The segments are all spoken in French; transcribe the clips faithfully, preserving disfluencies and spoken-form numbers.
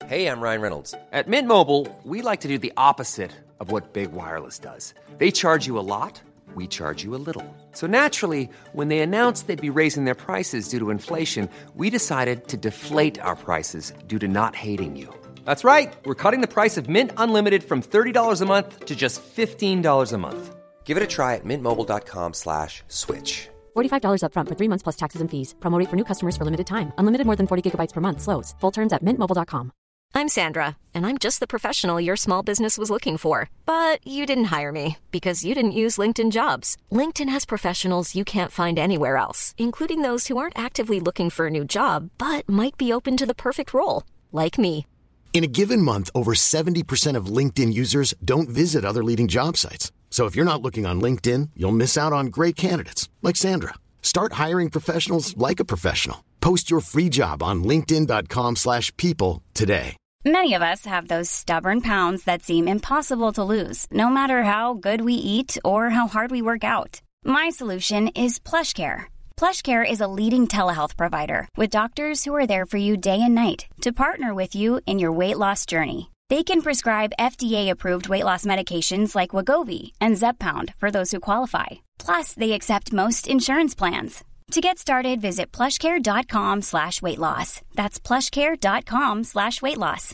Hey, I'm Ryan Reynolds. At Mint Mobile, we like to do the opposite of what Big Wireless does. They charge you a lot, we charge you a little. So naturally, when they announced they'd be raising their prices due to inflation, we decided to deflate our prices due to not hating you. That's right. We're cutting the price of Mint Unlimited from thirty dollars a month to just fifteen dollars a month. Give it a try at mintmobile.com slash switch. forty-five dollars up front for three months plus taxes and fees. Promo rate for new customers for limited time. Unlimited more than forty gigabytes per month slows. Full terms at mint mobile dot com. I'm Sandra, and I'm just the professional your small business was looking for. But you didn't hire me because you didn't use LinkedIn Jobs. LinkedIn has professionals you can't find anywhere else, including those who aren't actively looking for a new job, but might be open to the perfect role, like me. In a given month, over seventy percent of LinkedIn users don't visit other leading job sites. So if you're not looking on LinkedIn, you'll miss out on great candidates like Sandra. Start hiring professionals like a professional. Post your free job on linkedin.com slash people today. Many of us have those stubborn pounds that seem impossible to lose, no matter how good we eat or how hard we work out. My solution is PlushCare. PlushCare is a leading telehealth provider with doctors who are there for you day and night to partner with you in your weight loss journey. They can prescribe F D A-approved weight loss medications like Wegovy and Zepbound for those who qualify. Plus, they accept most insurance plans. To get started, visit plushcare.com slash weight loss. That's plushcare.com slash weight loss.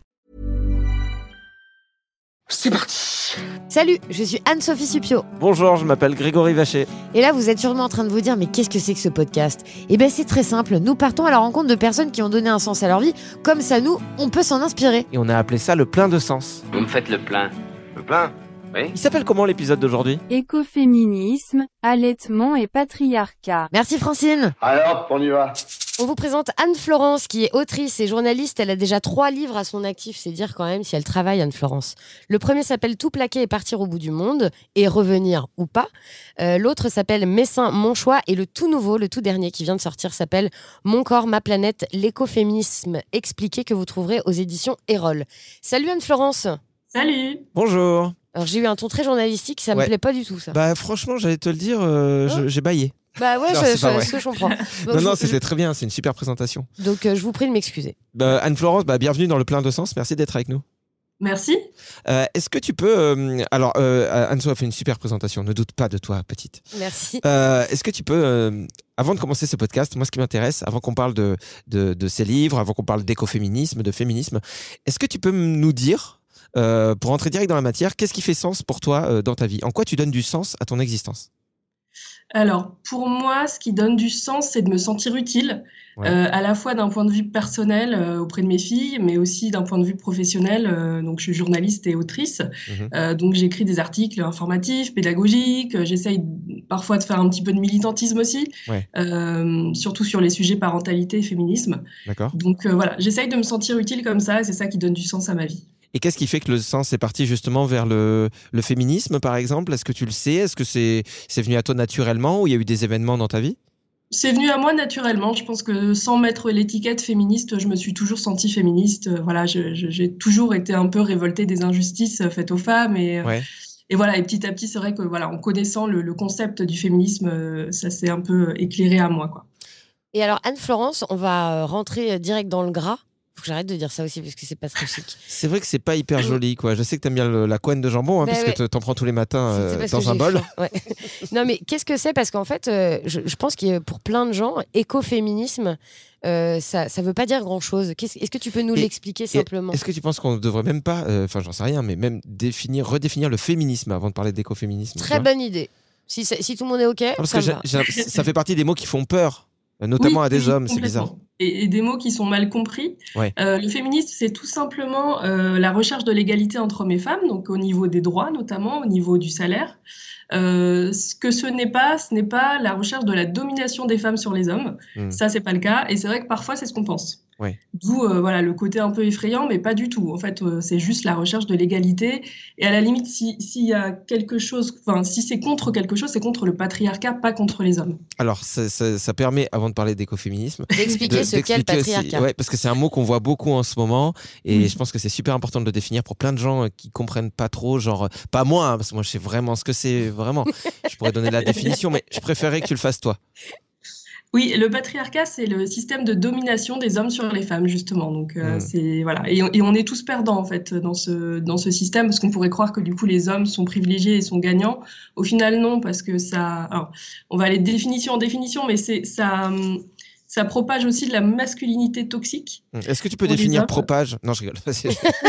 C'est parti. Salut, je suis Anne-Sophie Supio. Bonjour, je m'appelle Grégory Vacher. Et là, vous êtes sûrement en train de vous dire, mais qu'est-ce que c'est que ce podcast ? Eh bien, c'est très simple. Nous partons à la rencontre de personnes qui ont donné un sens à leur vie. Comme ça, nous, on peut s'en inspirer. Et on a appelé ça le plein de sens. Vous me faites le plein. Le plein ? Oui. Il s'appelle comment l'épisode d'aujourd'hui ? Écoféminisme, allaitement et patriarcat. Merci Francine. Alors, on y va. On vous présente Anne-Florence, qui est autrice et journaliste. Elle a déjà trois livres à son actif. C'est dire quand même si elle travaille, Anne-Florence. Le premier s'appelle Tout plaquer et partir au bout du monde, et revenir ou pas. Euh, l'autre s'appelle Mes seins, mon choix. Et le tout nouveau, le tout dernier qui vient de sortir, s'appelle Mon corps, ma planète, l'écoféminisme expliqué, que vous trouverez aux éditions Erol. Salut Anne-Florence. Salut. Bonjour. Alors j'ai eu un ton très journalistique, ça ouais. me plaît pas du tout ça. Bah franchement, j'allais te le dire, euh, oh. je, j'ai bâillé. Bah ouais, non, je, c'est je, pas vrai. ce que je comprends. Donc, non, je, non, je... c'était très bien, c'est une super présentation. Donc euh, je vous prie de m'excuser. Bah, Anne-Florence, bah, bienvenue dans le plein de sens, merci d'être avec nous. Merci. Euh, est-ce que tu peux... Euh, alors, euh, Anne-Sophie a fait une super présentation, ne doute pas de toi, petite. Merci. Euh, est-ce que tu peux, euh, avant de commencer ce podcast, moi ce qui m'intéresse, avant qu'on parle de, de, de ces livres, avant qu'on parle d'écoféminisme, de féminisme, est-ce que tu peux nous dire... Euh, pour entrer direct dans la matière, qu'est-ce qui fait sens pour toi euh, dans ta vie ? En quoi tu donnes du sens à ton existence ? Alors, pour moi, ce qui donne du sens, c'est de me sentir utile, ouais. euh, à la fois d'un point de vue personnel euh, auprès de mes filles, mais aussi d'un point de vue professionnel. Euh, donc, je suis journaliste et autrice, mmh. euh, donc j'écris des articles informatifs, pédagogiques. Euh, j'essaye parfois de faire un petit peu de militantisme aussi, ouais. euh, surtout sur les sujets parentalité et féminisme. D'accord. Donc euh, voilà, j'essaye de me sentir utile comme ça, et c'est ça qui donne du sens à ma vie. Et qu'est-ce qui fait que le sens est parti justement vers le, le féminisme, par exemple ? Est-ce que tu le sais ? Est-ce que c'est, c'est venu à toi naturellement ou il y a eu des événements dans ta vie ? C'est venu à moi naturellement. Je pense que sans mettre l'étiquette féministe, je me suis toujours sentie féministe. Voilà, je, je, j'ai toujours été un peu révoltée des injustices faites aux femmes. Et, ouais. et voilà, et petit à petit, c'est vrai que voilà, en connaissant le, le concept du féminisme, ça s'est un peu éclairé à moi, quoi. Et alors, Anne-Florence, on va rentrer direct dans le gras. Faut que j'arrête de dire ça aussi parce que c'est pas très chic. C'est vrai que c'est pas hyper joli, quoi. Je sais que t'aimes bien le, la couenne de jambon, hein, bah parce ouais. que t'en prends tous les matins euh, dans un bol. Ouais. Non, mais qu'est-ce que c'est ? Parce qu'en fait, euh, je, je pense que pour plein de gens, écoféminisme, euh, ça, ça veut pas dire grand-chose. Qu'est-ce, est-ce que tu peux nous et, l'expliquer simplement ? Est-ce que tu penses qu'on devrait même pas, enfin, euh, j'en sais rien, mais même définir, redéfinir le féminisme avant de parler d'écoféminisme ? Très bonne idée. Si, si tout le monde est OK, parce ça que me va. j'ai, j'ai, ça fait partie des mots qui font peur. Notamment oui, à des oui, hommes, c'est bizarre. Et, et des mots qui sont mal compris. Ouais. Euh, le féminisme, c'est tout simplement euh, la recherche de l'égalité entre hommes et femmes, donc au niveau des droits notamment, au niveau du salaire. Euh, ce que ce n'est pas, ce n'est pas la recherche de la domination des femmes sur les hommes. Mmh. Ça, c'est pas le cas. Et c'est vrai que parfois, c'est ce qu'on pense. Ouais. D'où euh, voilà, le côté un peu effrayant, mais pas du tout. En fait, euh, c'est juste la recherche de l'égalité. Et à la limite, si, s'il y a quelque chose, enfin, si c'est contre quelque chose, c'est contre le patriarcat, pas contre les hommes. Alors, ça, ça, ça permet, avant de parler d'écoféminisme, d'expliquer de, ce qu'est le patriarcat. Aussi, ouais, parce que c'est un mot qu'on voit beaucoup en ce moment, et mmh. je pense que c'est super important de le définir pour plein de gens qui comprennent pas trop, genre, pas moi, hein, parce que moi je sais vraiment ce que c'est, vraiment. Je pourrais donner la définition, mais je préférerais que tu le fasses toi. Oui, le patriarcat, c'est le système de domination des hommes sur les femmes, justement. Donc, euh, Mm. c'est voilà, et, et on est tous perdants en fait dans ce dans ce système parce qu'on pourrait croire que du coup les hommes sont privilégiés et sont gagnants. Au final, non, parce que ça. Alors, on va aller de définition en définition, mais c'est ça. hum, Ça propage aussi de la masculinité toxique Est-ce que tu peux pour les définir hommes. propage? Non, je rigole. C'est-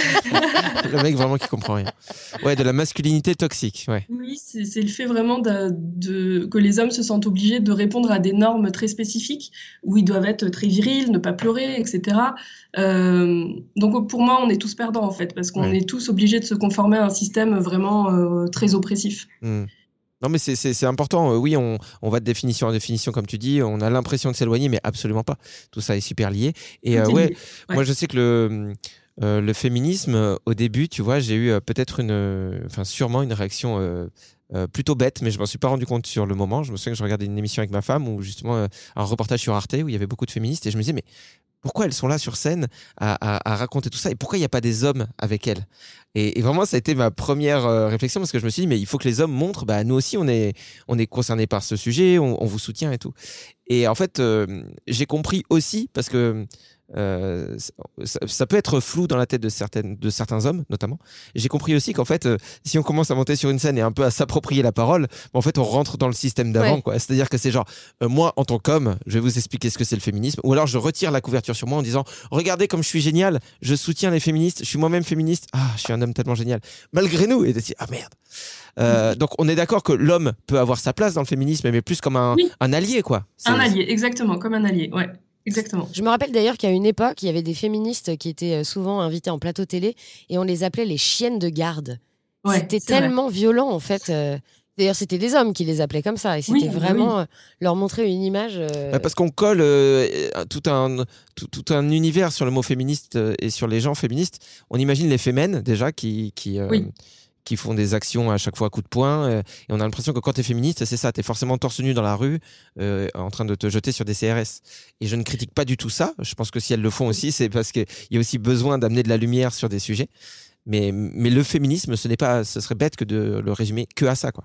le mec vraiment qui comprend rien. Ouais, de la masculinité toxique. Ouais. Oui, c'est c'est le fait vraiment de, de- que les hommes se sentent obligés de répondre à des normes très spécifiques où ils doivent être très virils, ne pas pleurer, et cetera. Euh, donc pour moi, on est tous perdants en fait, parce qu'on Ouais. est tous obligés de se conformer à un système vraiment euh, très oppressif. Mm. Non, mais c'est- c'est c'est important. Euh, Oui, on, on va de définition en définition, comme tu dis. On a l'impression de s'éloigner, mais absolument pas. Tout ça est super lié. Et euh, Tout est ouais, lié. Ouais. moi, je sais que le, euh, le féminisme, euh, au début, tu vois, j'ai eu euh, peut-être une. euh, Enfin, sûrement une réaction euh, euh, plutôt bête, mais je m'en suis pas rendu compte sur le moment. Je me souviens que je regardais une émission avec ma femme, où justement, euh, un reportage sur Arte, où il y avait beaucoup de féministes, et je me disais, mais pourquoi elles sont là sur scène à, à- à raconter tout ça et pourquoi il n'y a pas des hommes avec elles? Et, et vraiment, ça a été ma première euh, réflexion parce que je me suis dit, mais il faut que les hommes montrent, bah, nous aussi, on est, on est concernés par ce sujet, on, on vous soutient et tout. Et en fait, euh, j'ai compris aussi parce que euh, ça, ça peut être flou dans la tête de, certaines, de certains hommes, notamment. J'ai compris aussi qu'en fait, euh, si on commence à monter sur une scène et un peu à s'approprier la parole, en fait, on rentre dans le système d'avant. Ouais. Quoi. C'est-à-dire que c'est genre, euh, moi, en tant qu'homme, je vais vous expliquer ce que c'est le féminisme. Ou alors, je retire la couverture sur moi en disant, regardez comme je suis génial, je soutiens les féministes, je suis moi-même féministe. Ah, je suis un homme tellement génial. Malgré nous. Et de dire, ah merde. Euh, donc, on est d'accord que l'homme peut avoir sa place dans le féminisme, mais plus comme un, Oui. un allié, quoi. C'est- Un allié, exactement, comme un allié. Ouais, exactement. Je me rappelle d'ailleurs qu'à une époque, il y avait des féministes qui étaient euh, souvent invitées en plateau télé et on les appelait les chiennes de garde. Ouais, C'était c'est vrai. tellement violent en fait. euh, D'ailleurs, c'était des hommes qui les appelaient comme ça et c'était Oui, bah vraiment euh, leur montrer une image. euh, Bah, parce qu'on colle euh, tout, un, tout, tout un univers sur le mot féministe euh, et sur les gens féministes. On imagine les fémènes déjà qui, qui, euh, Oui. qui font des actions à chaque fois à coup de poing. euh, et on a l'impression que quand tu es féministe, c'est ça, tu es forcément torse nu dans la rue euh, en train de te jeter sur des C R S. Et je ne critique pas du tout ça. Je pense que si elles le font aussi, c'est parce qu'il y a aussi besoin d'amener de la lumière sur des sujets. Mais, mais le féminisme, ce n'est pas, ce serait bête que de le résumer que à ça, quoi.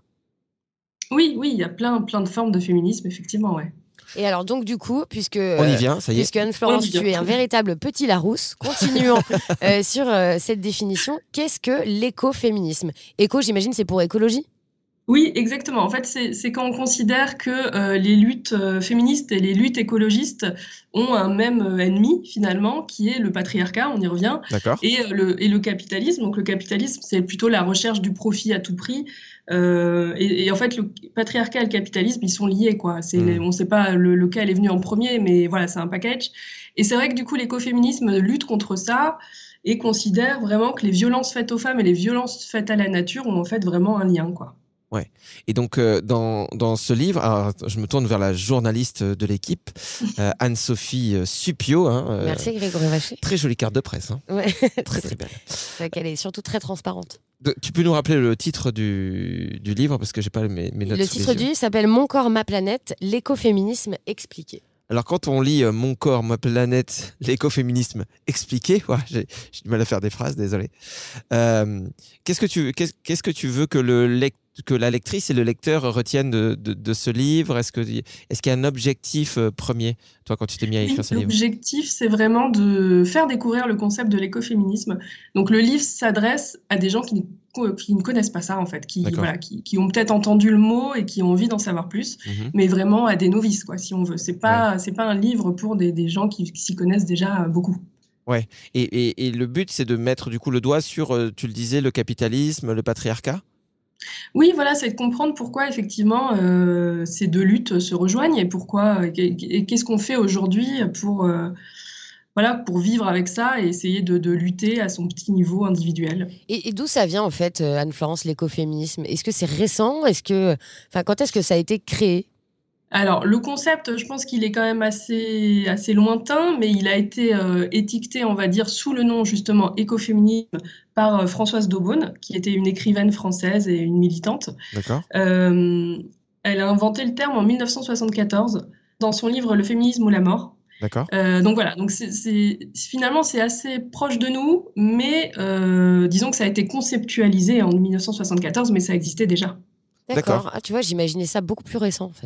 Oui, oui, il y a plein, plein de formes de féminisme, effectivement, ouais. Et alors donc du coup, puisque On y euh, vient, ça y est. puisque Anne-Florence, On y vient. tu es un véritable petit Larousse, continuons euh, sur euh, cette définition. Qu'est-ce que l'écoféminisme? Éco, j'imagine, c'est pour écologie? Oui, exactement. En fait, c'est c'est quand on considère que euh, les luttes euh, féministes et les luttes écologistes ont un même euh, ennemi, finalement, qui est le patriarcat, on y revient, D'accord. et euh, le, et le capitalisme. Donc le capitalisme, c'est plutôt la recherche du profit à tout prix. Euh, et, et en fait, le patriarcat et le capitalisme, ils sont liés, quoi. C'est, Mm. on ne sait pas le, lequel est venu en premier, mais voilà, c'est un package. Et c'est vrai que du coup, l'écoféminisme lutte contre ça et considère vraiment que les violences faites aux femmes et les violences faites à la nature ont en fait vraiment un lien, quoi. Et donc, euh, dans, dans ce livre, alors, je me tourne vers la journaliste de l'équipe, euh, Anne-Sophie euh, Supio. Hein, euh, Merci Grégory Vacher. Très jolie carte de presse. Hein. Ouais. Très, très belle. C'est vrai qu'elle est surtout très transparente. De- tu peux nous rappeler le titre du, du livre parce que j'ai pas mes, mes notes Le sous les titre yeux. du livre s'appelle Mon corps, ma planète, l'écoféminisme expliqué. Alors, quand on lit euh, Mon corps, ma planète, l'écoféminisme expliqué, ouais, j'ai j'ai du mal à faire des phrases, désolé. Euh, qu'est-ce que tu qu'est-ce, qu'est-ce que tu veux que le lec- que la lectrice et le lecteur retiennent de, de, de ce livre? Est-ce que est-ce qu'il y a un objectif euh, premier, toi, quand tu t'es mis à écrire Oui, ce livre? l'objectif, c'est vraiment de faire découvrir le concept de l'écoféminisme. Donc le livre s'adresse à des gens qui, ne- qui ne connaissent pas ça, en fait, qui, D'accord. voilà, qui, qui ont peut-être entendu le mot et qui ont envie d'en savoir plus, Mhm. mais vraiment à des novices, quoi, si on veut. C'est pas, c'est pas un livre pour des, des gens qui, qui s'y connaissent déjà beaucoup. Et, et, et le but, c'est de mettre du coup le doigt sur, euh, tu le disais, le capitalisme, le patriarcat. Oui, voilà, c'est de comprendre pourquoi effectivement euh, ces deux luttes se rejoignent et pourquoi et qu'est-ce qu'on fait aujourd'hui pour euh, voilà pour vivre avec ça et essayer de, de lutter à son petit niveau individuel. Et, et d'où ça vient en fait, euh, Anne-Florence, l'écoféminisme? Est-ce que c'est récent? Est-ce que, enfin, quand est-ce que ça a été créé? Alors le concept, je pense qu'il est quand même assez assez lointain, mais il a été euh, étiqueté, on va dire, sous le nom justement écoféminisme par euh, Françoise d'Aubonne, qui était une écrivaine française et une militante. D'accord. Euh, elle a inventé le terme en mille neuf cent soixante-quatorze dans son livre Le féminisme ou la mort. D'accord. Euh, donc voilà, donc c'est, c'est, finalement c'est assez proche de nous, mais euh, disons que ça a été conceptualisé en mille neuf cent soixante-quatorze, mais ça existait déjà. D'accord. D'accord. Ah, tu vois, j'imaginais ça beaucoup plus récent en fait.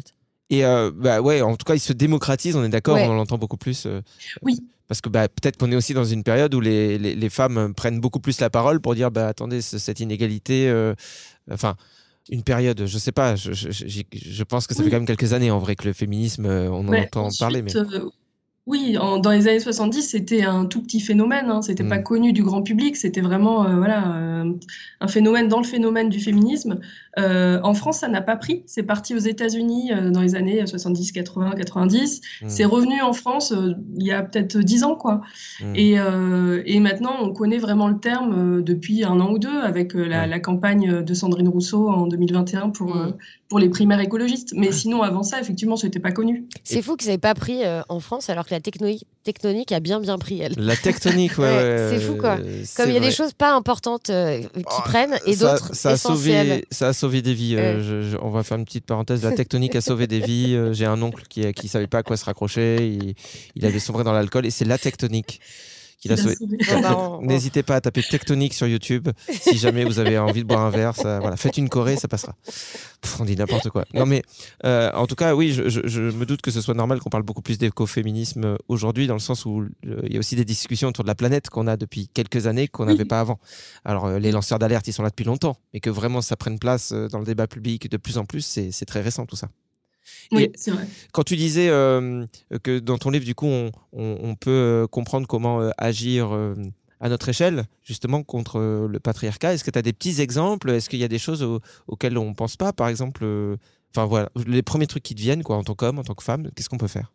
Et euh, bah ouais, en tout cas, il se démocratise, on est d'accord, Ouais. on l'entend beaucoup plus. euh, Oui. Parce que bah, peut-être qu'on est aussi dans une période où les, les, les femmes prennent beaucoup plus la parole pour dire bah, attendez, ce- cette inégalité. euh, Enfin, une période, je sais pas, je, je, je- je pense que ça Oui. fait quand même quelques années en vrai que le féminisme, euh, on en Mais entend ensuite, parler. Mais... euh, oui, en- dans les années soixante-dix, c'était un tout petit phénomène, hein, c'était Mm. pas connu du grand public, c'était vraiment euh, voilà, euh, un phénomène dans le phénomène du féminisme. Euh, en France, ça n'a pas pris, c'est parti aux États-Unis euh, dans les années soixante-dix, quatre-vingts, quatre-vingt-dix. Mm. C'est revenu en France euh, il y a peut-être dix ans, quoi. Mm. Et, euh, et maintenant, on connaît vraiment le terme euh, depuis un an ou deux avec euh, la, Ouais. la campagne de Sandrine Rousseau en deux mille vingt et un pour, Mm. euh, pour les primaires écologistes. Mais sinon, avant ça, effectivement, ce n'était pas connu. C'est fou que ça n'ait pas pris euh, en France alors que la techno- tectonique a bien bien pris elle. La tectonique, ouais. Ouais, ouais, c'est fou, quoi. euh, Comme il y a c'est des vrai. choses pas importantes euh, qui Oh, prennent et ça- d'autres ça a essentielles. sauvé, ça a sauvé des vies. euh, Ouais. je- je- on va faire une petite parenthèse. La tectonique a sauvé des vies. Euh, J'ai un oncle qui qui savait pas à quoi se raccrocher. Il, il avait sombré dans l'alcool et c'est la tectonique qui l'a Il a sauvé. sauvé. Bon, bah, Donc, on- on- n'hésitez pas à taper tectonique sur YouTube si jamais vous avez envie de boire un verre. Ça, voilà, faites une choré, ça passera. Pff, on dit n'importe quoi. Non mais euh, en tout cas, oui, je, je- je me doute que ce soit normal qu'on parle beaucoup plus d'écoféminisme aujourd'hui, dans le sens où euh, il y a aussi des discussions autour de la planète qu'on a depuis quelques années qu'on Oui. n'avait pas avant. Alors euh, les lanceurs d'alerte, ils sont là depuis longtemps, mais que vraiment ça prenne place euh, dans le débat public de plus en plus, c'est c'est très récent tout ça. Oui, Et- c'est vrai. Quand tu disais euh, que dans ton livre, du coup, on, on- on peut euh, comprendre comment euh, agir euh, à notre échelle, justement, contre euh, le patriarcat, est-ce que tu as des petits exemples? Est-ce qu'il y a des choses au- auxquelles on ne pense pas? Par exemple, euh, enfin voilà, les premiers trucs qui te viennent, quoi, en tant qu'homme, en tant que femme, qu'est-ce qu'on peut faire?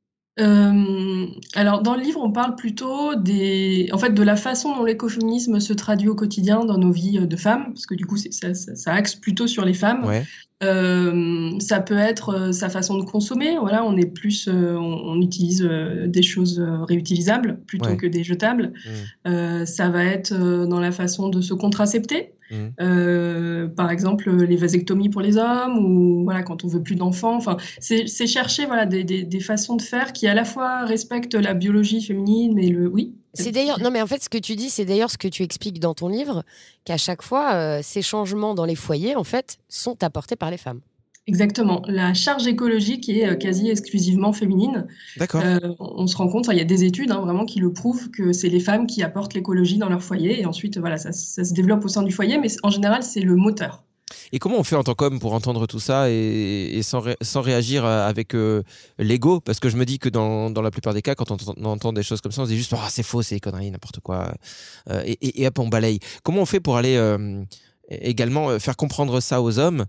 Euh, alors, dans le livre, on parle plutôt des, en fait, de la façon dont l'écoféminisme se traduit au quotidien dans nos vies euh, de femmes, parce que du coup, c'est- ça, ça, ça axe plutôt sur les femmes. Ouais. Euh, ça peut être euh, sa façon de consommer. Voilà, on est plus, euh, on, on utilise euh, des choses euh, réutilisables plutôt Ouais. que des jetables. Mmh. Euh, ça va être euh, dans la façon de se contracepter. Mmh. Euh, par exemple, les vasectomies pour les hommes, ou voilà, quand on veut plus d'enfants. Enfin, c'est c'est chercher voilà, des, des, des façons de faire qui à la fois respectent la biologie féminine et le... Oui. C'est d'ailleurs, non mais en fait ce que tu dis, c'est d'ailleurs ce que tu expliques dans ton livre, qu'à chaque fois, euh, ces changements dans les foyers, en fait, sont apportés par les femmes. Exactement. La charge écologique est euh, quasi exclusivement féminine. D'accord. Euh, on se rend compte, enfin, il y a des études hein, vraiment qui le prouvent, que c'est les femmes qui apportent l'écologie dans leur foyer, et ensuite voilà, ça, ça se développe au sein du foyer, mais en général c'est le moteur. Et comment on fait en tant qu'homme pour entendre tout ça et, et sans, ré- sans réagir euh, avec euh, l'ego? Parce que je me dis que dans, dans la plupart des cas, quand on, entend- on entend des choses comme ça, on se dit juste oh, c'est faux, c'est des conneries, n'importe quoi. Euh, et, et, et hop, on balaye. Comment on fait pour aller euh, également euh, faire comprendre ça aux hommes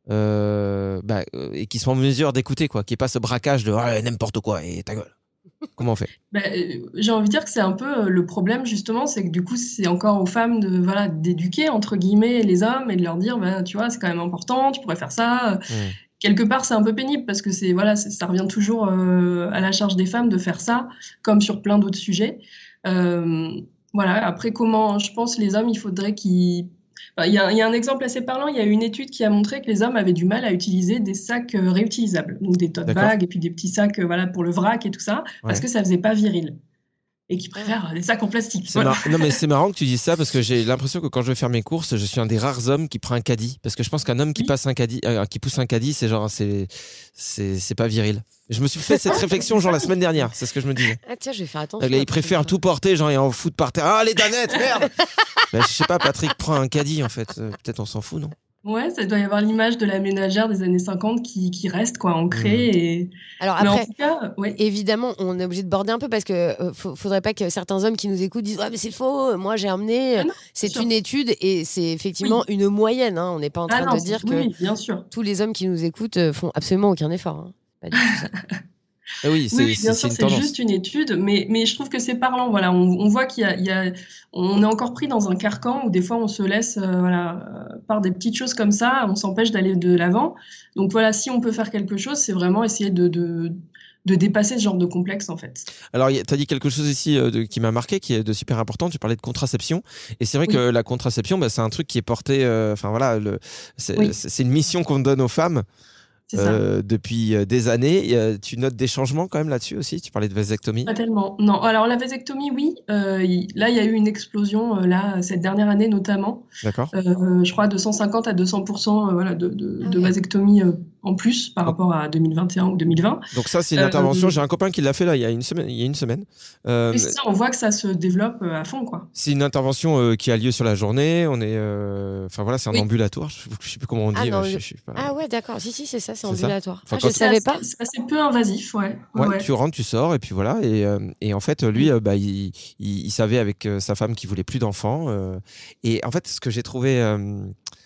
euh, bah, euh, et qu'ils soient en mesure d'écouter, quoi, qu'il n'y ait pas ce braquage de oh, n'importe quoi et ta gueule? Comment on fait? Ben, euh, j'ai envie de dire que c'est un peu euh, le problème justement, c'est que du coup c'est encore aux femmes de voilà d'éduquer entre guillemets les hommes et de leur dire ben tu vois c'est quand même important, tu pourrais faire ça. Mmh. Quelque part c'est un peu pénible parce que c'est voilà c'est- ça revient toujours euh, à la charge des femmes de faire ça, comme sur plein d'autres sujets. Euh, voilà, après comment je pense les hommes il faudrait qu'ils Enfin, il y a, il y a un exemple assez parlant, il y a eu une étude qui a montré que les hommes avaient du mal à utiliser des sacs euh, réutilisables, donc des tote D'accord. bags et puis des petits sacs euh, voilà, pour le vrac et tout ça, parce Ouais. que ça faisait pas viril. Et qui préfèrent des sacs en plastique. C'est Voilà. mar- Non mais c'est marrant que tu dises ça parce que j'ai l'impression que quand je vais faire mes courses, je suis un des rares hommes qui prend un caddie parce que je pense qu'un homme qui Oui. passe un caddie, euh, qui pousse un caddie, c'est genre c'est c'est c'est pas viril. Je me suis fait cette réflexion genre la semaine dernière, c'est ce que je me disais. Ah tiens, je vais faire attention. Là, il préfère tout porter, genre et en foot par terre. Ah les danettes, merde. Bah, je sais pas, Patrick prend un caddie en fait. Euh, Peut-être on s'en fout, non? Ouais, ça doit y avoir l'image de la ménagère des années cinquante qui, qui reste quoi, ancrée. Et... Alors Mais en après, tout cas, ouais. évidemment, on est obligé de border un peu parce que euh, faut- faudrait pas que certains hommes qui nous écoutent disent ouais mais c'est faux, moi j'ai amené. Ah non, C'est bien sûr. une étude et c'est effectivement une moyenne. Hein. On n'est pas en Ah train non, de c'est- dire oui, que oui, bien sûr. tous les hommes qui nous écoutent euh, font absolument aucun effort. Hein. Pas du tout ça. Ah oui, c'est Oui, oui, c'est- bien c'est sûr, une c'est tendance. juste une étude, mais, mais je trouve que c'est parlant. Voilà, on, on voit qu'il y a, il y a- on est encore pris dans un carcan où des fois on se laisse, euh, voilà, euh, par des petites choses comme ça, on s'empêche d'aller de l'avant. Donc voilà, si on peut faire quelque chose, c'est vraiment essayer de, de, de dépasser ce genre de complexe en fait. Alors, tu as dit quelque chose ici euh, de- qui m'a marqué, qui est de super important. Tu parlais de contraception. Et c'est vrai Oui. que la contraception, bah, c'est un truc qui est porté. euh, Enfin, voilà, le- c'est Oui. c'est- c'est une mission qu'on donne aux femmes C'est ça. euh, depuis euh, des années. Et, euh, tu notes des changements quand même là-dessus aussi? Tu parlais de vasectomie. Pas tellement. Non, alors la vasectomie, oui. Euh, il- là, il y a eu une explosion, euh, là, cette dernière année notamment. D'accord. Euh, je crois de cent cinquante à deux cents pour cent euh, voilà, de, de, Ah de ouais. vasectomie euh, en plus par rapport à deux mille vingt et un ou deux mille vingt. Donc ça, c'est une intervention. Euh, J'ai un copain qui l'a fait là il y a une semaine. Il y a une semaine. Euh, et c'est ça, on voit que ça se développe à fond, quoi. C'est une intervention euh, qui a lieu sur la journée. On est, enfin euh, voilà, c'est un oui. ambulatoire. Je, je sais plus comment on dit. Ah, non, je, je... je sais pas. Ah ouais, d'accord. Si si, c'est ça, c'est, c'est ambulatoire. Enfin, ah, je savais pas. C'est assez peu invasif, ouais. Ouais, ouais. Tu rentres, tu sors et puis voilà. Et, euh, et en fait, lui, euh, bah, il, il, il savait avec euh, sa femme qu'il voulait plus d'enfants. Euh, et en fait, ce que j'ai trouvé euh,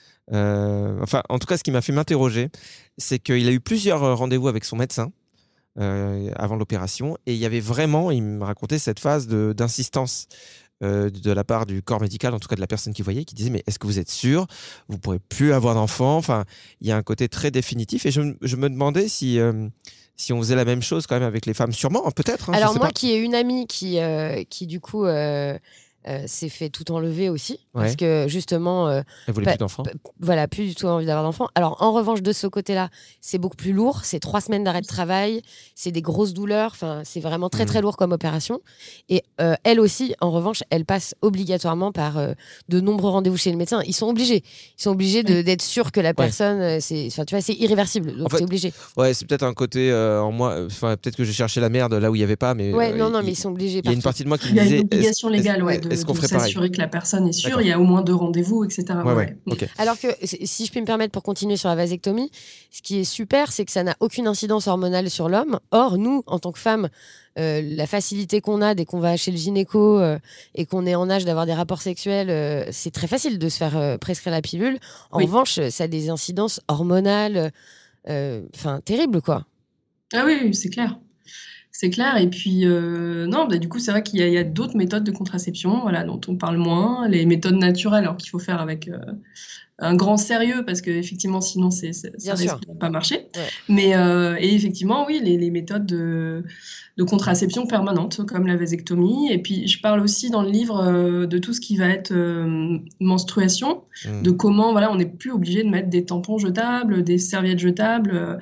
Euh, enfin, en tout cas, ce qui m'a fait m'interroger, c'est qu'il a eu plusieurs rendez-vous avec son médecin euh, avant l'opération, et il y avait vraiment, il me racontait cette phase de, d'insistance euh, de la part du corps médical, en tout cas de la personne qui voyait, qui disait mais est-ce que vous êtes sûr, vous ne pourrez plus avoir d'enfant? Enfin, il y a un côté très définitif, et je, je me demandais si euh, si on faisait la même chose quand même avec les femmes, sûrement, peut-être. Hein, Alors moi, pas. qui ai une amie qui euh, qui du coup euh, Euh, s'est fait tout enlever aussi ouais. parce que justement euh, elle voulait pa- plus d'enfants pa- voilà, plus du tout envie d'avoir d'enfants. Alors en revanche, de ce côté-là, c'est beaucoup plus lourd, c'est trois semaines d'arrêt de travail, c'est des grosses douleurs, enfin c'est vraiment très très lourd comme opération, et euh, elle aussi en revanche, elle passe obligatoirement par euh, de nombreux rendez-vous chez le médecin. Ils sont obligés ils sont obligés de, d'être sûrs que la personne ouais. c'est, enfin tu vois, c'est irréversible, donc en fait, c'est obligé. Ouais, c'est peut-être un côté euh, en moi, enfin peut-être que j'ai cherché la merde là où il y avait pas, mais ouais, euh, non non il, mais ils sont obligés. Il y a une partie de moi qui me disait, disait, il y a une obligation est-ce, légale, est-ce, ouais, de, est-ce qu'on de ferait s'assurer pareil que la personne est sûre. D'accord. Il y a au moins deux rendez-vous, et cetera. Ouais, ouais. ouais. Okay. Alors que si je puis me permettre, pour continuer sur la vasectomie, ce qui est super, c'est que ça n'a aucune incidence hormonale sur l'homme. Or, nous, en tant que femmes, euh, la facilité qu'on a dès qu'on va chez le gynéco euh, et qu'on est en âge d'avoir des rapports sexuels, euh, c'est très facile de se faire euh, prescrire la pilule. En oui. revanche, ça a des incidences hormonales, enfin euh, terribles, quoi. Ah oui, oui, c'est clair. C'est clair. Et puis, euh, non, bah, du coup, c'est vrai qu'il y a, il y a d'autres méthodes de contraception, voilà, dont on parle moins. Les méthodes naturelles, alors qu'il faut faire avec euh, un grand sérieux, parce qu'effectivement, sinon, c'est, c'est, ça risque de ne pas marcher. Ouais. Mais, euh, et effectivement, oui, les, les méthodes de, de contraception permanente, comme la vasectomie. Et puis, je parle aussi dans le livre euh, de tout ce qui va être euh, menstruation, mmh. de comment, voilà, on n'est plus obligé de mettre des tampons jetables, des serviettes jetables. Euh,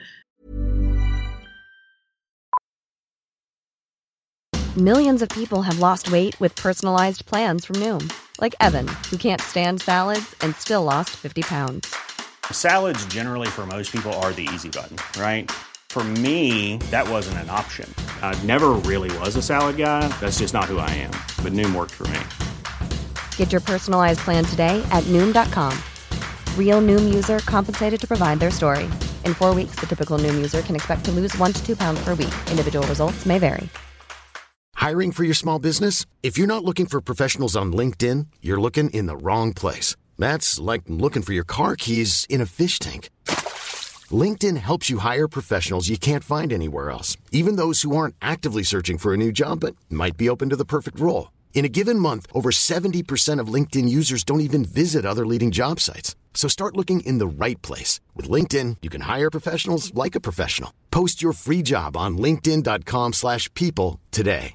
Millions of people have lost weight with personalized plans from Noom. Like Evan, who can't stand salads and still lost fifty pounds. Salads generally for most people are the easy button, right? For me, that wasn't an option. I never really was a salad guy. That's just not who I am. But Noom worked for me. Get your personalized plan today at Noom dot com. Real Noom user compensated to provide their story. In four weeks, the typical Noom user can expect to lose one to two pounds per week. Individual results may vary. Hiring for your small business? If you're not looking for professionals on LinkedIn, you're looking in the wrong place. That's like looking for your car keys in a fish tank. LinkedIn helps you hire professionals you can't find anywhere else, even those who aren't actively searching for a new job but might be open to the perfect role. In a given month, over seventy percent of LinkedIn users don't even visit other leading job sites. So start looking in the right place. With LinkedIn, you can hire professionals like a professional. Post your free job on linkedin dot com slash people today.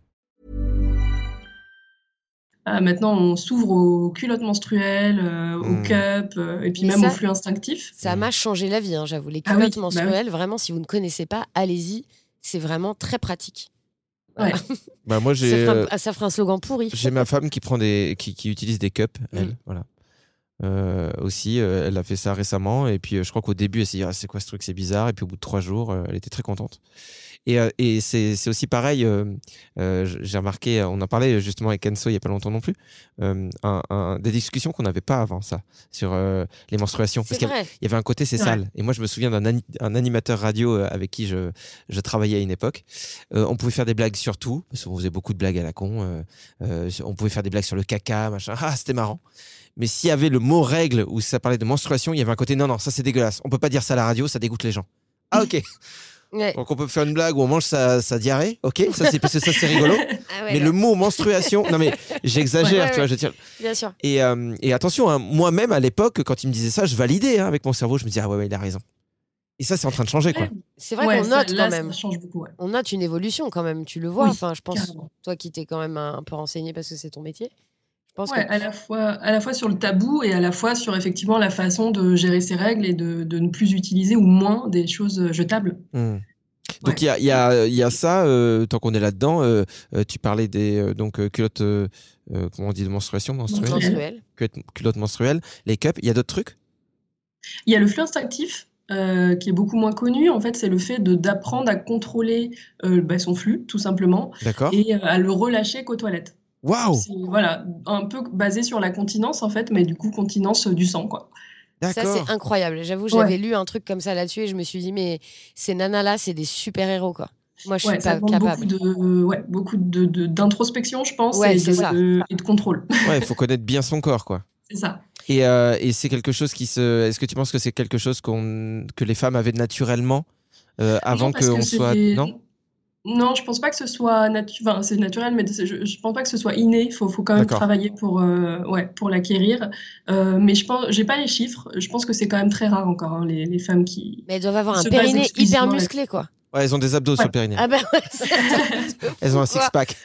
Euh, maintenant, on s'ouvre aux culottes menstruelles, euh, aux mmh. cups, euh, et puis Mais même ça, au flux instinctif. Ça m'a changé la vie, hein, j'avoue. Les culottes ah oui, menstruelles, bah oui. vraiment, si vous ne connaissez pas, allez-y. C'est vraiment très pratique. Ouais. Bah moi, j'ai, ça, fera un, ça fera un slogan pourri. J'ai ma femme qui, prend des, qui, qui utilise des cups, elle. Mmh. Voilà. Euh, aussi, euh, elle a fait ça récemment. Et puis, euh, je crois qu'au début, elle s'est dit ah, c'est quoi ce truc, c'est bizarre. Et puis, au bout de trois jours, euh, elle était très contente. Et, euh, et c'est, c'est aussi pareil, euh, euh, j'ai remarqué, on en parlait justement avec Enso il n'y a pas longtemps non plus, euh, un, un, des discussions qu'on n'avait pas avant ça, sur euh, les menstruations. C'est Parce vrai. qu'il y avait un côté, c'est ouais. sale. Et moi, je me souviens d'un ani- un animateur radio avec qui je, je travaillais à une époque. Euh, on pouvait faire des blagues sur tout, parce qu'on faisait beaucoup de blagues à la con. Euh, euh, on pouvait faire des blagues sur le caca, machin. Ah, c'était marrant. Mais s'il y avait le mot règle où ça parlait de menstruation, il y avait un côté non, non, ça c'est dégueulasse. On peut pas dire ça à la radio, ça dégoûte les gens. Ah, ok. Ouais. Donc on peut faire une blague où on mange sa, sa diarrhée, ok, ça c'est parce que ça c'est rigolo. Ah ouais, mais ouais. le mot menstruation, non mais j'exagère, ouais, ouais, tu vois, je tire. Bien sûr. Et, euh, et attention, hein, moi-même à l'époque, quand il me disait ça, je validais hein, avec mon cerveau, je me disais ah ouais, ouais, il a raison. Et ça c'est en train de changer quoi. C'est vrai ouais, qu'on note ça, là, quand même. Ça change beaucoup. Ouais. On note une évolution quand même, tu le vois. Oui, enfin, je pense, carrément. Toi qui t'es quand même un, un peu renseigné parce que c'est ton métier. Je pense ouais, que... à la fois, à la fois sur le tabou et à la fois sur effectivement la façon de gérer ses règles et de, de ne plus utiliser ou moins des choses jetables. Mmh. Donc il ouais. y, y, a, y a ça, euh, tant qu'on est là-dedans, euh, euh, tu parlais des euh, donc, euh, culottes, euh, euh, comment on dit, de menstruation, menstruelle, menstruelle. Culottes, culottes menstruelles, les cups, il y a d'autres trucs ? Il y a le flux instinctif. euh, qui est beaucoup moins connu. En fait, c'est le fait de, d'apprendre à contrôler euh, bah, son flux, tout simplement, D'accord. et euh, à le relâcher qu'aux toilettes. Waouh. C'est voilà, un peu basé sur la continence, en fait, mais du coup, continence du sang, quoi. Ça, D'accord. c'est incroyable. J'avoue, Ouais. j'avais lu un truc comme ça là-dessus et je me suis dit, mais ces nanas-là, c'est des super-héros, quoi. Moi, je Ouais, suis ça pas demande capable. beaucoup de, ouais, beaucoup de, de- d'introspection, je pense, Ouais, et, c'est de, ça. de- et de contrôle. Ouais, il faut connaître bien son corps, quoi. C'est ça. Et, euh, et c'est quelque chose qui se. Est-ce que tu penses que c'est quelque chose qu'on que les femmes avaient naturellement euh, avant Non, parce que qu'on soit c'est... non Non, je pense pas que ce soit natu... enfin, c'est naturel, mais c'est- je, je pense pas que ce soit inné. Faut, faut quand même D'accord. travailler pour, euh, ouais, pour l'acquérir. Euh, mais je pense, j'ai pas les chiffres. Je pense que c'est quand même très rare encore, hein, les, les femmes qui, Mais elles doivent avoir qui un se basent périnée hyper exclusivement là- musclé, quoi. Ouais, elles ont des abdos sur le périnée. Ah ben ouais, c'est un truc de Elles ont un fou, quoi. six-pack.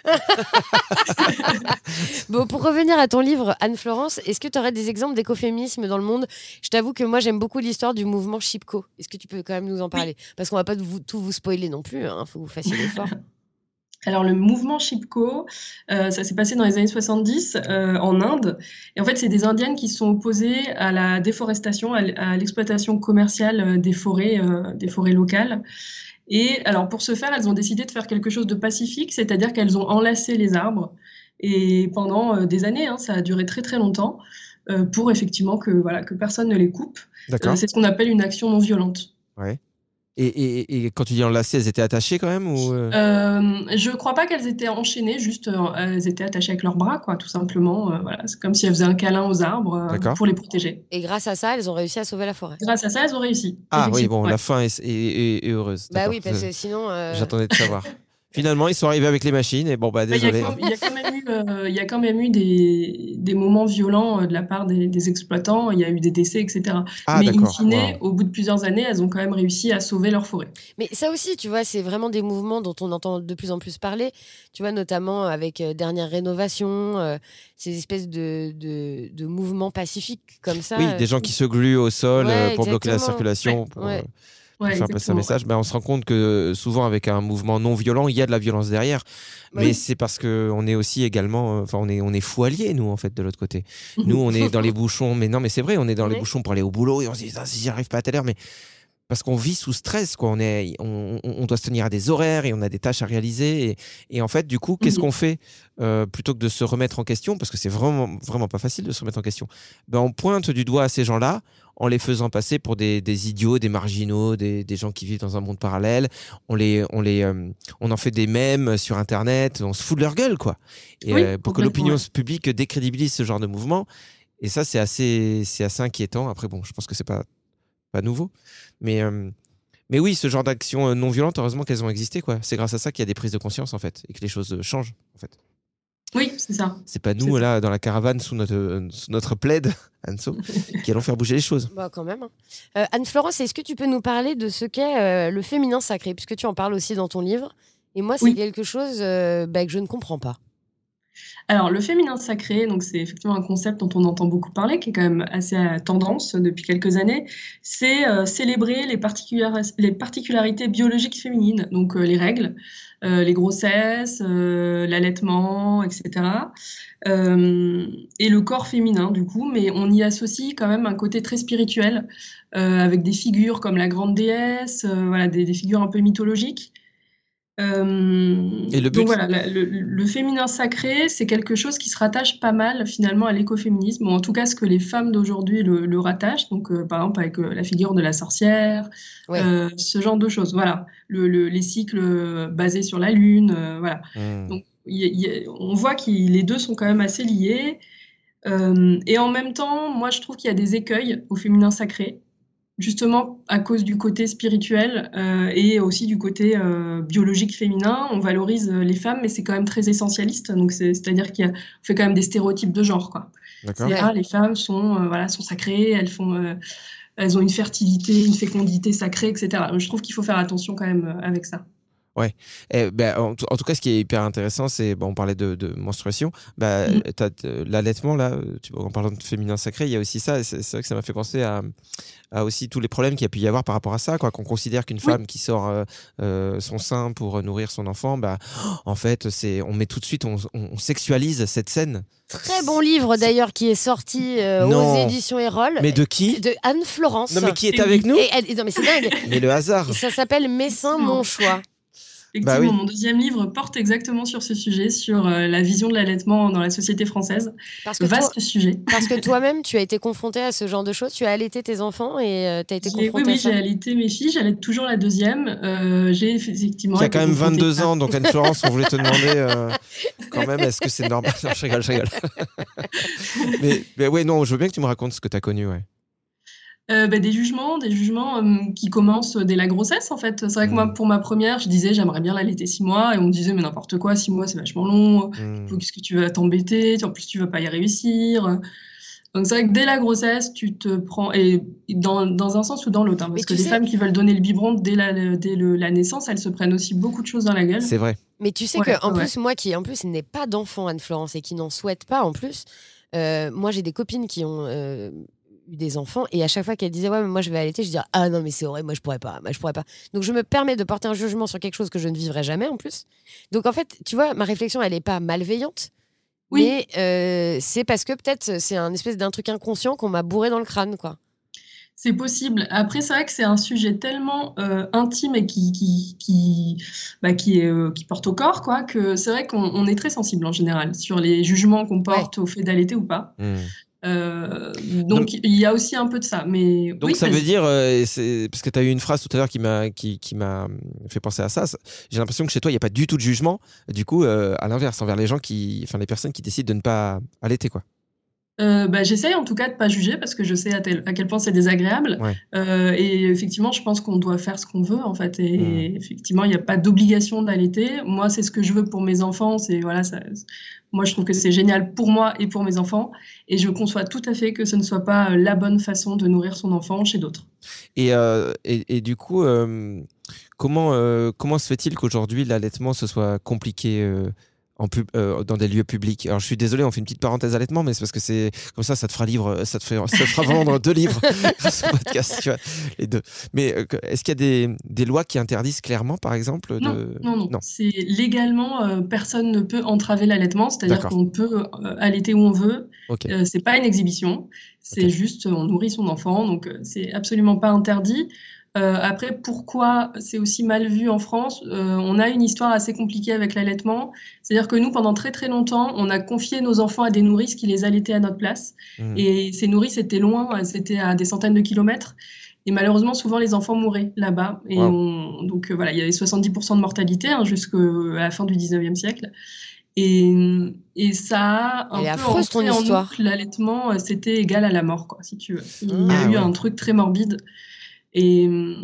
Bon, pour revenir à ton livre, Anne-Florence, est-ce que tu aurais des exemples d'écoféminisme dans le monde? Je t'avoue que moi, j'aime beaucoup l'histoire du mouvement Chipko. Est-ce que tu peux quand même nous en parler? Parce qu'on va pas vous- tout vous spoiler non plus, hein. Faut que vous fassiez l'effort. Alors, le mouvement Chipko, euh, ça s'est passé dans les années soixante-dix euh, en Inde. Et en fait, c'est des Indiennes qui se sont opposées à la déforestation, à l- à l'exploitation commerciale euh, des forêts, euh, des forêts locales. Et alors, pour ce faire, elles ont décidé de faire quelque chose de pacifique, c'est-à-dire qu'elles ont enlacé les arbres. Et pendant euh, des années, hein, ça a duré très très longtemps, euh, pour effectivement que, voilà, que personne ne les coupe. D'accord. Euh, c'est ce qu'on appelle une action non violente. Ouais. Et, et, et quand tu dis enlacées, elles étaient attachées quand même ou euh Euh, je crois pas qu'elles étaient enchaînées, juste euh, elles étaient attachées avec leurs bras, quoi, tout simplement. Euh, voilà, c'est comme si elles faisaient un câlin aux arbres euh, D'accord. pour les protéger. Et grâce à ça, elles ont réussi à sauver la forêt. Grâce à ça, elles ont réussi. Ah oui, Effectivement, bon, ouais. la fin est, est- est- est heureuse. Bah D'accord. oui, parce Je- que sinon. euh, J'attendais de savoir. Finalement, ils sont arrivés avec les machines et bon, bah Bah, Il y a désolé. quand, il y a quand même eu, euh, il y a quand même eu des, des moments violents euh, de la part des, des exploitants. Il y a eu des décès, et cetera. Ah, Mais in d'accord. fine, Wow. au bout de plusieurs années, elles ont quand même réussi à sauver leur forêt. Mais ça aussi, tu vois, c'est vraiment des mouvements dont on entend de plus en plus parler. Tu vois, notamment avec euh, Dernière Rénovation, euh, ces espèces de, de, de mouvements pacifiques comme ça. Oui, euh, des gens qui se gluent au sol Ouais, euh, pour bloquer la exactement. circulation, Ouais, pour, ouais. euh, pour Ouais, faire passer un exactement. message. Ben, on se rend compte que souvent, avec un mouvement non violent, il y a de la violence derrière. Bah Mais oui. c'est parce qu'on est aussi également. euh, Enfin, on est, on est fou alliés, nous, en fait, de l'autre côté. Nous, on est dans les bouchons. Mais non, mais c'est vrai, on est dans les Ouais. bouchons pour aller au boulot et on se dit, ah, si j'y arrive pas à telle heure. Mais parce qu'on vit sous stress, quoi. On, est, on, on- on doit se tenir à des horaires et on a des tâches à réaliser. Et, et en fait, du coup, qu'est-ce Mhm. qu'on fait euh, plutôt que de se remettre en question, parce que c'est vraiment, vraiment pas facile de se remettre en question, ben, on pointe du doigt à ces gens-là en les faisant passer pour des, des idiots, des marginaux, des, des gens qui vivent dans un monde parallèle. On, les, on, les, euh, on en fait des mèmes sur Internet, on se fout de leur gueule, quoi. Et, Oui, euh, pour que complètement, l'opinion ouais. publique décrédibilise ce genre de mouvement. Et ça, c'est assez, c'est assez inquiétant. Après, bon, je pense que c'est pas, pas nouveau. Mais, euh, mais oui, ce genre d'action non violente, heureusement qu'elles ont existé, quoi. C'est grâce à ça qu'il y a des prises de conscience, en fait, et que les choses euh, changent, en fait. Oui, c'est ça. C'est pas C'est nous, ça. là, dans la caravane, sous notre, euh, sous notre plaid, Anso, qui allons faire bouger les choses. Bah, quand même. hein. Euh, Anne-Florence, est-ce que tu peux nous parler de ce qu'est euh, le féminin sacré? Puisque tu en parles aussi dans ton livre. Et moi, c'est Oui. quelque chose euh, bah, que je ne comprends pas. Alors, le féminin sacré, donc c'est effectivement un concept dont on entend beaucoup parler, qui est quand même assez à tendance depuis quelques années. C'est euh, célébrer les, particular- les particularités biologiques féminines, donc euh, les règles, euh, les grossesses, euh, l'allaitement, et cetera. Euh, et le corps féminin, du coup, mais on y associe quand même un côté très spirituel, euh, avec des figures comme la grande déesse, euh, voilà, des, des figures un peu mythologiques. Euh, Et le but- donc voilà, la- le, le féminin sacré, c'est quelque chose qui se rattache pas mal finalement à l'écoféminisme, ou en tout cas ce que les femmes d'aujourd'hui le, le rattachent, donc euh, par exemple avec euh, la figure de la sorcière, Ouais. euh, ce genre de choses. Voilà, le, le- les cycles euh, basés sur la lune, euh, voilà. Mmh. Donc il y a- il y a- on voit que les deux sont quand même assez liés. Euh, et en même temps, moi je trouve qu'il y a des écueils au féminin sacré, justement à cause du côté spirituel euh, et aussi du côté euh, biologique féminin. On valorise euh, les femmes, mais c'est quand même très essentialiste. Donc c'est, c'est-à-dire qu'il y a, on fait quand même des stéréotypes de genre, quoi. D'accord. C'est Ouais. ah, les femmes sont euh, voilà sont sacrées, elles font euh, elles ont une fertilité, une fécondité sacrée, et cetera. Je trouve qu'il faut faire attention quand même euh, avec ça. Ouais. Et, ben, en, en tout cas, ce qui est hyper intéressant, c'est, bon, on parlait de, de menstruation. Bah, mmh. t'as, t'as, l'allaitement, là, tu, en parlant de féminin sacré, il y a aussi ça. C'est, c'est vrai que ça m'a fait penser à, à aussi tous les problèmes qu'il y a pu y avoir par rapport à ça, quoi. Qu'on considère qu'une femme oui. qui sort euh, euh, son sein pour nourrir son enfant, bah, en fait, c'est, on met tout de suite, on, on, on sexualise cette scène. Très bon livre d'ailleurs qui est sorti euh, aux éditions Erol. Mais de qui ? De Anne Florence. Non mais qui est avec nous ? et, et, Non mais c'est dingue. Mais le hasard. Et ça s'appelle Mes seins, mon choix. Effectivement, bah oui. Mon deuxième livre porte exactement sur ce sujet, sur euh, la vision de l'allaitement dans la société française. Parce que Vaste toi, sujet. Parce que toi-même, tu as été confrontée à ce genre de choses. Tu as allaité tes enfants et euh, tu as été confrontée oui, à oui, ça. Oui, j'ai allaité mes filles. J'allaite toujours la deuxième. Euh, j'ai effectivement. Tu as quand même vingt-deux ans, donc Anne-Florence, on voulait te demander euh, quand même, est-ce que c'est normal ? Non, je rigole, je rigole. mais, mais ouais, non, je veux bien que tu me racontes ce que tu as connu, ouais. Euh, bah, des jugements, des jugements euh, qui commencent dès la grossesse en fait. C'est vrai que mmh. moi, pour ma première, je disais j'aimerais bien l'allaiter six mois et on me disait mais n'importe quoi, six mois c'est vachement long, mmh. qu'est-ce que tu vas t'embêter, en plus tu vas pas y réussir. Donc c'est vrai que dès la grossesse, tu te prends, et dans, dans un sens ou dans l'autre, hein, parce que les sais... femmes qui veulent donner le biberon dès la, dès le, la naissance, elles se prennent aussi beaucoup de choses dans la gueule. C'est vrai. Mais tu sais ouais, qu'en ouais. plus, moi qui en plus n'ai pas d'enfant, Anne-Florence, et qui n'en souhaite pas en plus, euh, moi j'ai des copines qui ont... Euh, eu des enfants et à chaque fois qu'elle disait ouais mais moi je vais allaiter, je disais ah non mais c'est horrible, moi je pourrais pas, moi je pourrais pas. Donc je me permets de porter un jugement sur quelque chose que je ne vivrai jamais en plus. Donc en fait tu vois ma réflexion elle est pas malveillante, oui. mais euh, c'est parce que peut-être c'est un espèce d'un truc inconscient qu'on m'a bourré dans le crâne quoi. C'est possible. Après, c'est vrai que c'est un sujet tellement euh, intime et qui, qui, qui, bah, qui, est, euh, qui porte au corps, quoi, que c'est vrai qu'on on est très sensible en général sur les jugements qu'on porte ouais. au fait d'allaiter ou pas. Mmh. Euh, donc il y a aussi un peu de ça, mais donc oui, ça veut dire euh, c'est, parce que tu as eu une phrase tout à l'heure qui m'a qui, qui m'a fait penser à ça. J'ai l'impression que chez toi il y a pas du tout de jugement. Du coup, euh, à l'inverse, envers les gens qui, enfin les personnes qui décident de ne pas allaiter quoi. Euh, bah, j'essaye en tout cas de pas juger parce que je sais à, tel, à quel point c'est désagréable ouais. euh, et effectivement je pense qu'on doit faire ce qu'on veut en fait et, mmh. et effectivement il n'y a pas d'obligation d'allaiter. Moi c'est ce que je veux pour mes enfants, c'est voilà ça, moi je trouve que c'est génial pour moi et pour mes enfants et je conçois tout à fait que ce ne soit pas la bonne façon de nourrir son enfant chez d'autres. Et, euh, et, et du coup euh, comment, euh, comment se fait-il qu'aujourd'hui l'allaitement ce soit compliqué euh En pub, euh, dans des lieux publics. Alors je suis désolé, on fait une petite parenthèse allaitement, mais c'est parce que c'est comme ça, ça te fera livre, ça te, fait, ça te fera vendre deux livres ce podcast, tu vois, les deux. Mais euh, est-ce qu'il y a des, des lois qui interdisent clairement, par exemple de... non, non, non, non. C'est légalement, euh, personne ne peut entraver l'allaitement, c'est-à-dire D'accord. qu'on peut euh, allaiter où on veut. Okay. Euh, c'est pas une exhibition, c'est okay. juste on nourrit son enfant, donc euh, c'est absolument pas interdit. Euh, après, pourquoi c'est aussi mal vu en France ? euh, On a une histoire assez compliquée avec l'allaitement. C'est-à-dire que nous, pendant très très longtemps, on a confié nos enfants à des nourrices qui les allaitaient à notre place. Mmh. Et ces nourrices étaient loin, c'était à des centaines de kilomètres. Et malheureusement, souvent, les enfants mouraient là-bas. Et wow. on, donc euh, voilà, il y avait soixante-dix pour cent de mortalité hein, jusqu'à la fin du dix-neuvième siècle. Et, et ça a un Elle peu affreuse, ton histoire. Que l'allaitement, c'était égal à la mort, quoi, si tu veux. Il mmh. y a ah, eu ouais. un truc très morbide. Et,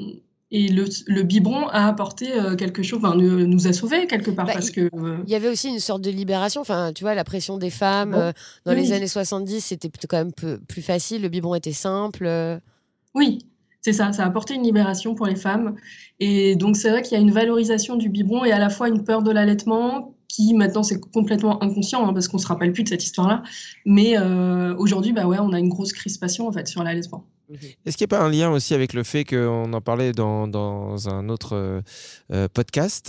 et le, le biberon a apporté euh, quelque chose, enfin, nous, nous a sauvés quelque part. Bah, parce il, que, euh... il y avait aussi une sorte de libération, enfin, tu vois, la pression des femmes. Bon. Euh, dans oui. les années soixante-dix, c'était quand même peu, plus facile, le biberon était simple. Euh... Oui, c'est ça, ça a apporté une libération pour les femmes. Et donc, c'est vrai qu'il y a une valorisation du biberon et à la fois une peur de l'allaitement qui, maintenant, c'est complètement inconscient, hein, parce qu'on ne se rappelle plus de cette histoire-là. Mais euh, aujourd'hui, bah ouais, on a une grosse crispation, en fait, sur l'allaitement. Est-ce qu'il n'y a pas un lien aussi avec le fait qu'on en parlait dans, dans un autre euh, podcast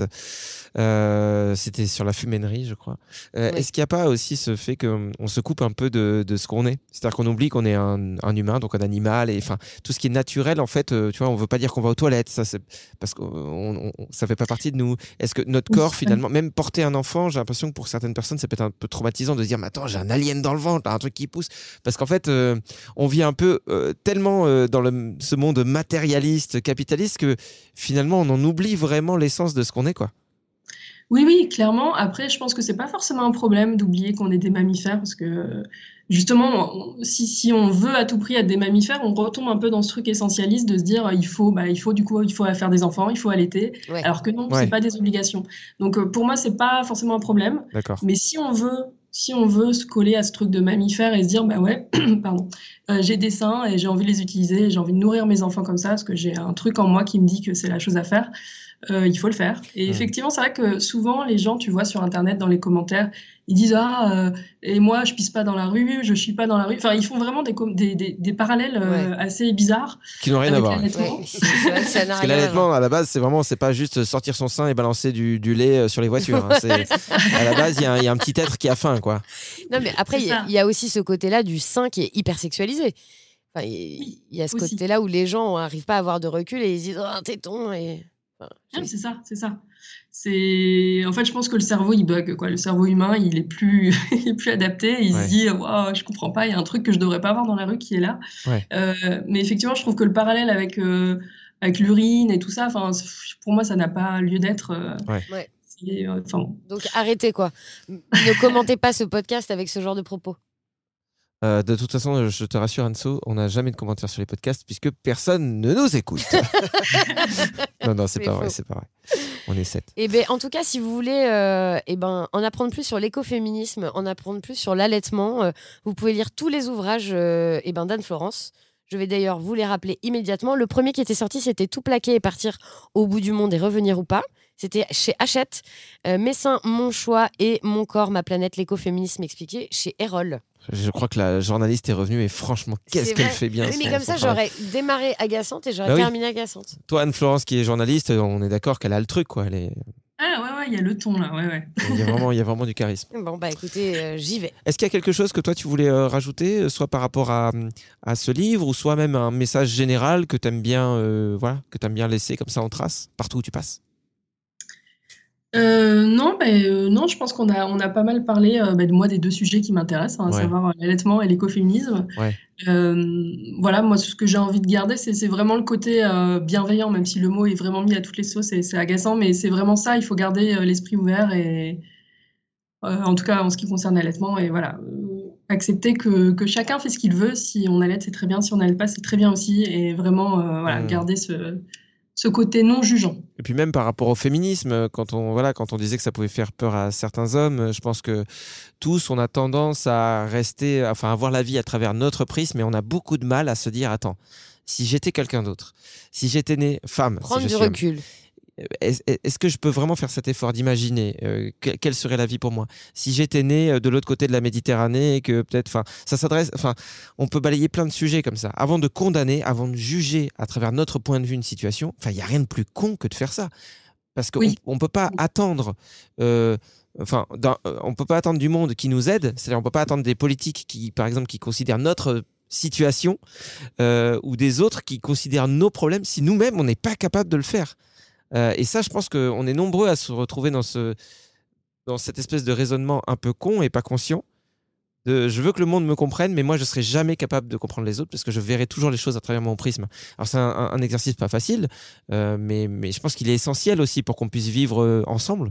euh, c'était sur la fuménerie, je crois. Euh, oui. Est-ce qu'il n'y a pas aussi ce fait qu'on se coupe un peu de, de ce qu'on est ? C'est-à-dire qu'on oublie qu'on est un, un humain, donc un animal, et enfin tout ce qui est naturel, en fait, euh, tu vois, on ne veut pas dire qu'on va aux toilettes, ça, c'est parce que on, on, ça ne fait pas partie de nous. Est-ce que notre corps, oui. finalement, même porter un enfant, j'ai l'impression que pour certaines personnes, ça peut être un peu traumatisant de se dire, mais attends, j'ai un alien dans le ventre, un truc qui pousse. Parce qu'en fait, euh, on vit un peu euh, tellement dans le, ce monde matérialiste, capitaliste, que finalement, on en oublie vraiment l'essence de ce qu'on est, quoi. Oui, oui, clairement. Après, je pense que c'est pas forcément un problème d'oublier qu'on est des mammifères, parce que justement, on, si, si on veut à tout prix être des mammifères, on retombe un peu dans ce truc essentialiste de se dire il faut, bah, il faut du coup, il faut faire des enfants, il faut allaiter, ouais. alors que non, ouais. c'est pas des obligations. Donc pour moi, c'est pas forcément un problème. D'accord. Mais si on veut, si on veut se coller à ce truc de mammifère et se dire bah ouais, pardon, euh, j'ai des seins et j'ai envie de les utiliser, j'ai envie de nourrir mes enfants comme ça, parce que j'ai un truc en moi qui me dit que c'est la chose à faire. euh, il faut le faire. Et mmh. effectivement, c'est vrai que souvent, les gens, tu vois, sur Internet, dans les commentaires, ils disent « Ah, euh, et moi, je pisse pas dans la rue, je chie pas dans la rue. » Enfin, ils font vraiment des, des, des, des parallèles euh, ouais. assez bizarres. Qui n'ont rien à voir. Ouais, ça Parce que l'allaitement, à la base, c'est vraiment, c'est pas juste sortir son sein et balancer du, du lait sur les voitures. Hein. C'est, à la base, il y, y a un petit être qui a faim, quoi. Non, mais après, il y, y a aussi ce côté-là du sein qui est hyper sexualisé. Enfin, il y a ce aussi. côté-là où les gens n'arrivent pas à avoir de recul et ils disent oh, un téton. Et... Enfin, ah, c'est ça, c'est ça. C'est... En fait, je pense que le cerveau, il bug. Quoi. Le cerveau humain, il est plus, il est plus adapté. Il ouais. se dit wow, je comprends pas, il y a un truc que je devrais pas avoir dans la rue qui est là. Ouais. Euh, mais effectivement, je trouve que le parallèle avec, euh, avec l'urine et tout ça, pour moi, ça n'a pas lieu d'être. Euh, ouais. Ouais. C'est, euh, Donc arrêtez, quoi. Ne commentez pas ce podcast avec ce genre de propos. Euh, de toute façon, je te rassure, Anso, on n'a jamais de commentaires sur les podcasts puisque personne ne nous écoute. non, non, c'est Mais pas faux. vrai, c'est pas vrai. On est sept. Et ben, en tout cas, si vous voulez euh, et ben, en apprendre plus sur l'écoféminisme, en apprendre plus sur l'allaitement, euh, vous pouvez lire tous les ouvrages euh, et ben, d'Anne Florence. Je vais d'ailleurs vous les rappeler immédiatement. Le premier qui était sorti, c'était Tout plaquer et partir au bout du monde et revenir ou pas. C'était chez Hachette. Euh, Mes seins, mon choix et mon corps, ma planète, l'écoféminisme expliqué chez Erol. Je crois que la journaliste est revenue et franchement, qu'est-ce qu'elle fait bien. Oui, mais comme ça, j'aurais démarré agaçante et j'aurais bah terminé oui. agaçante. Toi, Anne-Florence, qui est journaliste, on est d'accord qu'elle a le truc, quoi. Elle est... Ah ouais, ouais, il y a le ton là, ouais, ouais. Il y a vraiment, il y a vraiment du charisme. Bon, bah écoutez, euh, j'y vais. Est-ce qu'il y a quelque chose que toi, tu voulais euh, rajouter, soit par rapport à, à ce livre, ou soit même un message général que tu aimes bien, euh, voilà, que tu aimes bien laisser comme ça en trace, partout où tu passes? Euh, non, bah, euh, non, je pense qu'on a, on a pas mal parlé euh, bah, de moi des deux sujets qui m'intéressent, hein, à ouais. savoir euh, l'allaitement et l'écoféminisme. Ouais. Euh, voilà, moi, ce que j'ai envie de garder, c'est, c'est vraiment le côté euh, bienveillant, même si le mot est vraiment mis à toutes les sauces et c'est agaçant, mais c'est vraiment ça, il faut garder euh, l'esprit ouvert et, euh, en tout cas, en ce qui concerne l'allaitement, et voilà, euh, accepter que, que chacun fait ce qu'il veut. Si on allaite, c'est très bien, si on n'allaite pas, c'est très bien aussi, et vraiment, euh, voilà, mmh. garder ce... ce côté non jugeant. Et puis même par rapport au féminisme, quand on, voilà, quand on disait que ça pouvait faire peur à certains hommes, je pense que tous, on a tendance à rester, enfin, à voir la vie à travers notre prisme, mais on a beaucoup de mal à se dire, attends, si j'étais quelqu'un d'autre, si j'étais née femme... Prendre si du je suis recul. Homme, Est-ce, est-ce que je peux vraiment faire cet effort d'imaginer euh, que, quelle serait la vie pour moi si j'étais né de l'autre côté de la Méditerranée et que peut-être, enfin, ça s'adresse, enfin, on peut balayer plein de sujets comme ça. Avant de condamner, avant de juger à travers notre point de vue une situation, enfin, il y a rien de plus con que de faire ça, parce qu'on oui. on peut pas oui. attendre. Euh, Enfin, dans, on peut pas attendre du monde qui nous aide. C'est-à-dire, on peut pas attendre des politiques qui, par exemple, qui considèrent notre situation euh, ou des autres qui considèrent nos problèmes si nous-mêmes on n'est pas capable de le faire. Euh, et ça, je pense qu'on est nombreux à se retrouver dans, ce, dans cette espèce de raisonnement un peu con et pas conscient. De, je veux que le monde me comprenne, mais moi, je ne serai jamais capable de comprendre les autres parce que je verrai toujours les choses à travers mon prisme. Alors, c'est un, un exercice pas facile, euh, mais, mais je pense qu'il est essentiel aussi pour qu'on puisse vivre euh, ensemble.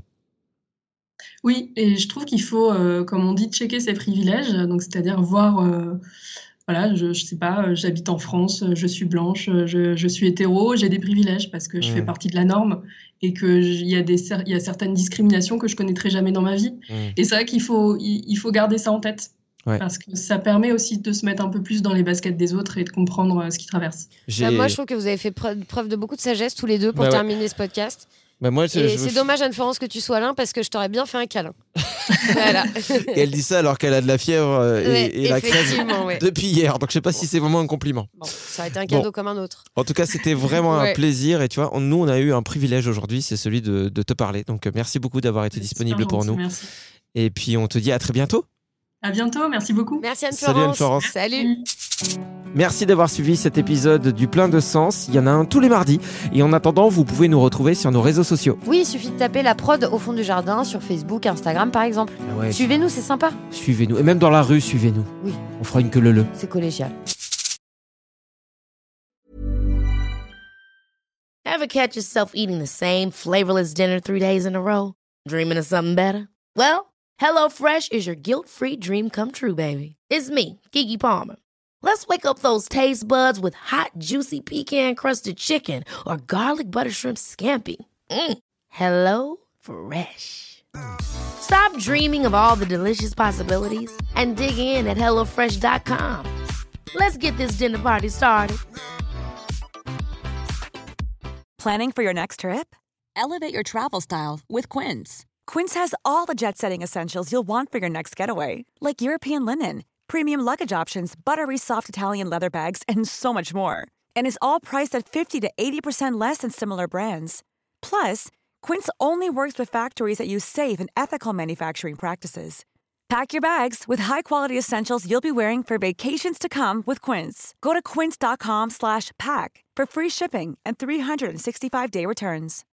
Oui, et je trouve qu'il faut, euh, comme on dit, checker ses privilèges, donc c'est-à-dire voir... Euh... Voilà, je, je sais pas, j'habite en France, je suis blanche, je, je suis hétéro, j'ai des privilèges parce que je mmh. fais partie de la norme et qu'il y, a des, y a certaines discriminations que je connaîtrai jamais dans ma vie. Mmh. Et c'est vrai qu'il faut, il, il faut garder ça en tête. Ouais. Parce que ça permet aussi de se mettre un peu plus dans les baskets des autres et de comprendre ce qu'ils traversent. Bah, moi, je trouve que vous avez fait preuve, preuve de beaucoup de sagesse tous les deux pour bah, terminer ouais. ce podcast. Bah moi, et je... c'est dommage, Anne-Florence, que tu sois là parce que je t'aurais bien fait un câlin. Voilà. Et elle dit ça alors qu'elle a de la fièvre euh, et, ouais, et la crève ouais. depuis hier. Donc je sais pas bon. si c'est vraiment un compliment. Bon, ça a été un cadeau bon. comme un autre. En tout cas, c'était vraiment ouais. un plaisir. Et tu vois, on, nous, on a eu un privilège aujourd'hui, c'est celui de, de te parler. Donc merci beaucoup d'avoir été c'est disponible pour nous. Merci. Et puis on te dit à très bientôt. À bientôt, merci beaucoup. Merci Anne-Florence. Salut Anne-Florence. Salut. Merci d'avoir suivi cet épisode du Plein de Sens. Il y en a un tous les mardis. Et en attendant, vous pouvez nous retrouver sur nos réseaux sociaux. Oui, il suffit de taper La Prod au fond du jardin sur Facebook, Instagram par exemple. Ah ouais, suivez-nous, c'est sympa. Suivez-nous. Et même dans la rue, suivez-nous. Oui. On fera une queue leu-leu. C'est collégial. Ever catch yourself eating the same flavorless dinner three days in a row? Dreaming of something better? Well, HelloFresh is your guilt-free dream come true, baby. It's me, Keke Palmer. Let's wake up those taste buds with hot, juicy pecan-crusted chicken or garlic butter shrimp scampi. Mm. Hello Fresh. Stop dreaming of all the delicious possibilities and dig in at hello fresh dot com. Let's get this dinner party started. Planning for your next trip? Elevate your travel style with Quince. Quince has all the jet-setting essentials you'll want for your next getaway, like European linen, premium luggage options, buttery soft Italian leather bags, and so much more. And is all priced at fifty to eighty percent less than similar brands. Plus, Quince only works with factories that use safe and ethical manufacturing practices. Pack your bags with high-quality essentials you'll be wearing for vacations to come with Quince. Go to quince.com slash pack for free shipping and three sixty-five day returns.